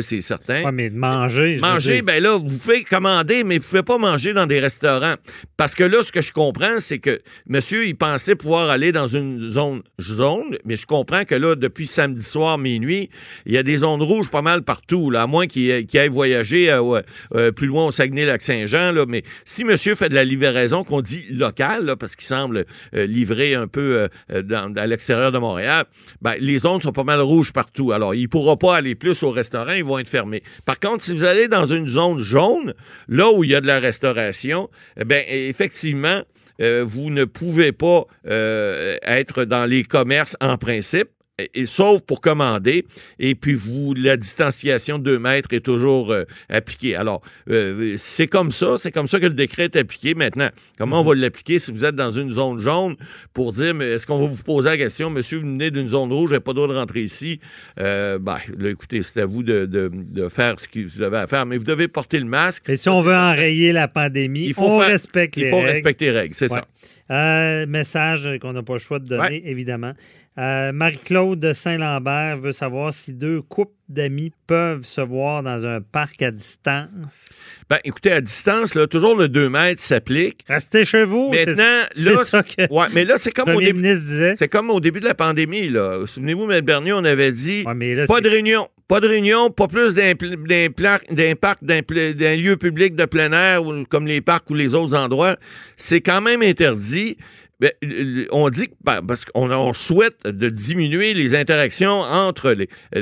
certain. Ouais, mais de manger. Manger, ben là, vous pouvez commander, mais vous ne pouvez pas manger dans des restaurants. Parce que là, ce que je comprends, c'est que monsieur, il pensait pouvoir aller dans une zone, mais je comprends que là, depuis samedi soir, minuit, il y a des zones rouges pas mal partout, là, à moins qu'il aille voyager plus loin au Saguenay-Lac-Saint-Jean. Là, mais si monsieur fait de la livraison qu'on dit locale, là, parce qu'il semble livrer un peu à l'extérieur de Montréal, ben, les zones sont pas mal rouges partout. Alors, il ne pourra pas aller plus au restaurant, ils vont être fermés. Par contre, si vous allez dans une zone jaune, là où il y a de la restauration, ben, effectivement, vous ne pouvez pas être dans les commerces en principe. Sauf pour commander, et puis la distanciation de 2 mètres est toujours appliquée. Alors, c'est comme ça que le décret est appliqué. Maintenant, comment on va l'appliquer si vous êtes dans une zone jaune pour dire, mais est-ce qu'on va vous poser la question, monsieur, vous venez d'une zone rouge, vous n'avez pas le droit de rentrer ici? Là, écoutez, c'est à vous de faire ce que vous avez à faire, mais vous devez porter le masque. Et si on veut enrayer la pandémie, on respecte les règles. Il faut respecter les règles, c'est ça. Message qu'on n'a pas le choix de donner, évidemment. Marie-Claude de Saint-Lambert veut savoir si 2 couples d'amis peuvent se voir dans un parc à distance. Ben, écoutez, à distance, là, toujours le 2 mètres s'applique. Restez chez vous. Maintenant, c'est ça que mais là, c'est comme le premier ministre disait. C'est comme au début de la pandémie. Là. Souvenez-vous, M. Bernier, on avait dit pas de réunion. Pas de réunion, pas plus d'un lieu public de plein air comme les parcs ou les autres endroits. C'est quand même interdit. On dit que parce qu'on souhaite de diminuer les interactions entre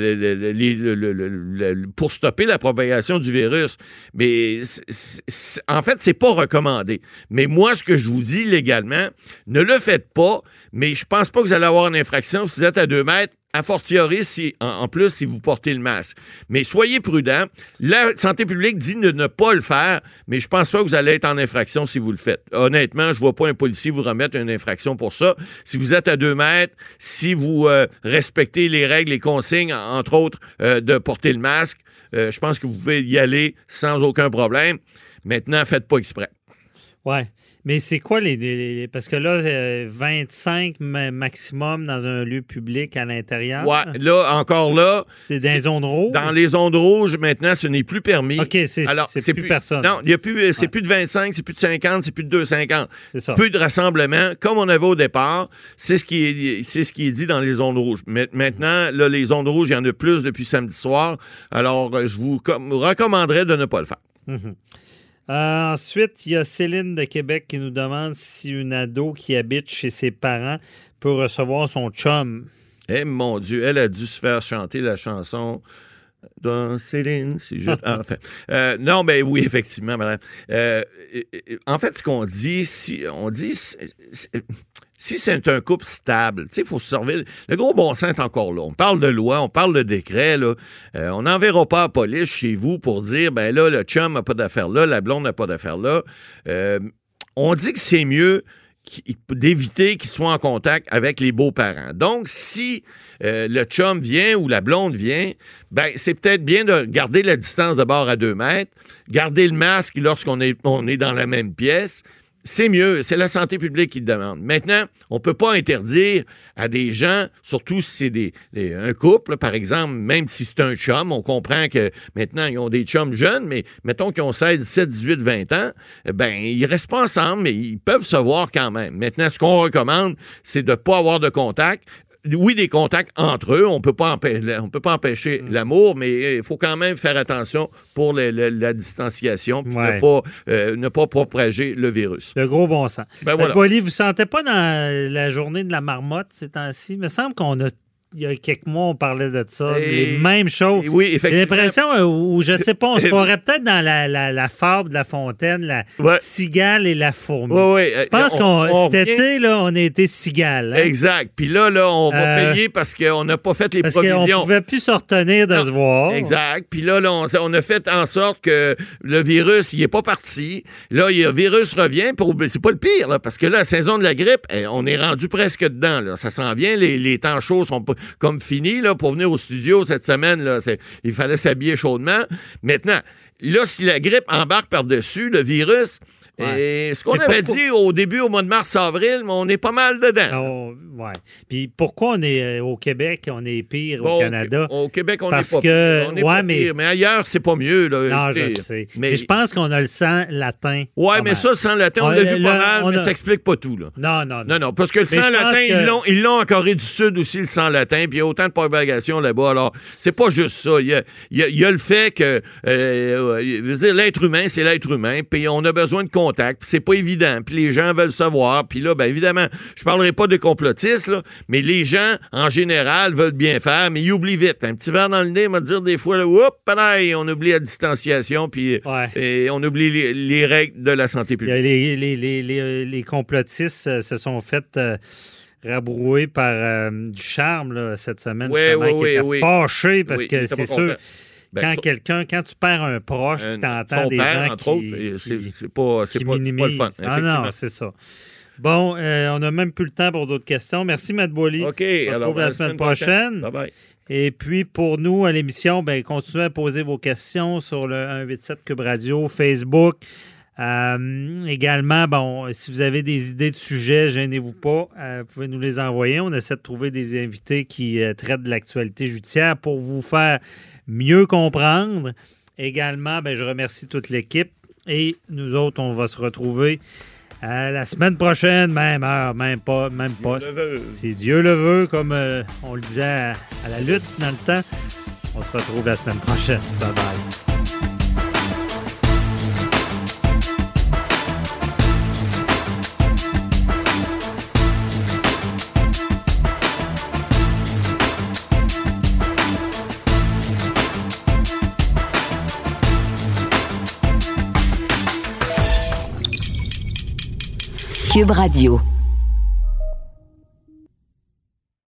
pour stopper la propagation du virus. Mais en fait, c'est pas recommandé. Mais moi, ce que je vous dis légalement, ne le faites pas, mais je pense pas que vous allez avoir une infraction si vous êtes à 2 mètres. A fortiori, en plus, si vous portez le masque. Mais soyez prudents. La santé publique dit de ne pas le faire, mais je pense pas que vous allez être en infraction si vous le faites. Honnêtement, je vois pas un policier vous remettre une infraction pour ça. Si vous êtes à 2 mètres, si vous respectez les règles, les consignes, entre autres, de porter le masque, je pense que vous pouvez y aller sans aucun problème. Maintenant, faites pas exprès. Ouais. Mais c'est quoi parce que là, 25 maximum dans un lieu public à l'intérieur? Ouais, là, encore là... C'est dans les zones rouges? Dans les zones rouges, maintenant, ce n'est plus permis. OK, c'est plus personne. Non, c'est plus de 25, c'est plus de 50, c'est plus de 250. C'est ça. Peu de rassemblements, comme on avait au départ. C'est ce qui est dit dans les zones rouges. Maintenant, là, les zones rouges, il y en a plus depuis samedi soir. Alors, je vous recommanderais de ne pas le faire. Mm-hmm. Ensuite, il y a Céline de Québec qui nous demande si une ado qui habite chez ses parents peut recevoir son chum. Eh mon Dieu, elle a dû se faire chanter la chanson dans Céline, si je... enfin, non, mais oui, effectivement, madame. En fait, ce qu'on dit, si c'est un couple stable, tu sais, il faut se servir. Le gros bon sens est encore là. On parle de loi, on parle de décret, là. On n'enverra pas la police chez vous pour dire, ben là, le chum n'a pas d'affaire là, la blonde n'a pas d'affaire là. On dit que c'est mieux d'éviter qu'ils soient en contact avec les beaux-parents. Donc, si le chum vient ou la blonde vient, ben c'est peut-être bien de garder la distance d'abord à 2 mètres, garder le masque lorsqu'on est dans la même pièce. C'est mieux, c'est la santé publique qui le demande. Maintenant, on ne peut pas interdire à des gens, surtout si c'est un couple, par exemple, même si c'est un chum, on comprend que maintenant, ils ont des chums jeunes, mais mettons qu'ils ont 16, 17, 18, 20 ans, ben ils restent pas ensemble, mais ils peuvent se voir quand même. Maintenant, ce qu'on recommande, c'est de ne pas avoir de contact. Oui, des contacts entre eux, on peut pas empêcher l'amour, mais il faut quand même faire attention pour la distanciation, puis ne pas propager le virus. Le gros bon sens. Ben voilà. Bolly, vous ne sentez pas dans la journée de la marmotte ces temps-ci? Il me semble il y a quelques mois, on parlait de ça. Les mêmes choses. Oui, effectivement. J'ai l'impression, ou je sais pas, on se croirait peut-être dans la fable de La Fontaine, la cigale et la fourmi. Oui. Je pense cet été, là, on a été cigale. Hein? Exact. Puis là, on va payer parce qu'on n'a pas fait les provisions. Parce qu'on ne pouvait plus se retenir de se voir. Exact. Puis là, on a fait en sorte que le virus, il n'est pas parti. Là, le virus revient. C'est pas le pire, là, parce que là, la saison de la grippe, on est rendu presque dedans. Là. Ça s'en vient. Les temps chauds sont pas comme fini, là, pour venir au studio cette semaine, là, il fallait s'habiller chaudement. Maintenant, là, si la grippe embarque par-dessus, le virus, et ce qu'on avait dit au début, au mois de mars-avril, on est pas mal dedans. Oui. Puis pourquoi on est au Québec, on est pire au Canada? Au Québec, on n'est Parce pas que, pire. On est pas pire. Mais ailleurs, c'est pas mieux. Là, non, je sais. Mais je pense qu'on a le sang latin. Oui, mais ça, le sang latin, on l'a vu pas mal, mais ça explique pas tout. Là. Non, parce que le sang latin, ils l'ont en Corée du Sud aussi, le sang latin, puis il y a autant de propagation là-bas. Alors, c'est pas juste ça. Il y a le fait que je veux dire, l'être humain, c'est l'être humain, puis on a besoin de contact. C'est pas évident. Puis les gens veulent savoir. Puis là, bien évidemment, je parlerai pas de complotistes, là, mais les gens, en général, veulent bien faire, mais ils oublient vite. Un petit verre dans le nez, m'a dire des fois, on oublie la distanciation, puis et on oublie les règles de la santé publique. Les complotistes se sont fait rabrouer par du charme là, cette semaine. Qui était fâché parce que c'est sûr... Quand tu perds un proche, tu t'entends des gens entre autres, c'est pas le fun. Non, c'est ça. Bon, on n'a même plus le temps pour d'autres questions. Merci, Matt Boily. OK. On se retrouve la semaine prochaine. Bye-bye. Et puis, pour nous, à l'émission, continuez à poser vos questions sur le 187 Cube Radio, Facebook. Également, si vous avez des idées de sujets, gênez-vous pas. Vous pouvez nous les envoyer. On essaie de trouver des invités qui traitent de l'actualité judiciaire pour vous faire mieux comprendre. Également, je remercie toute l'équipe. Et nous autres, on va se retrouver la semaine prochaine, même heure, même poste. Si Dieu le veut, comme on le disait à la lutte dans le temps. On se retrouve la semaine prochaine. Bye-bye. Cube Radio.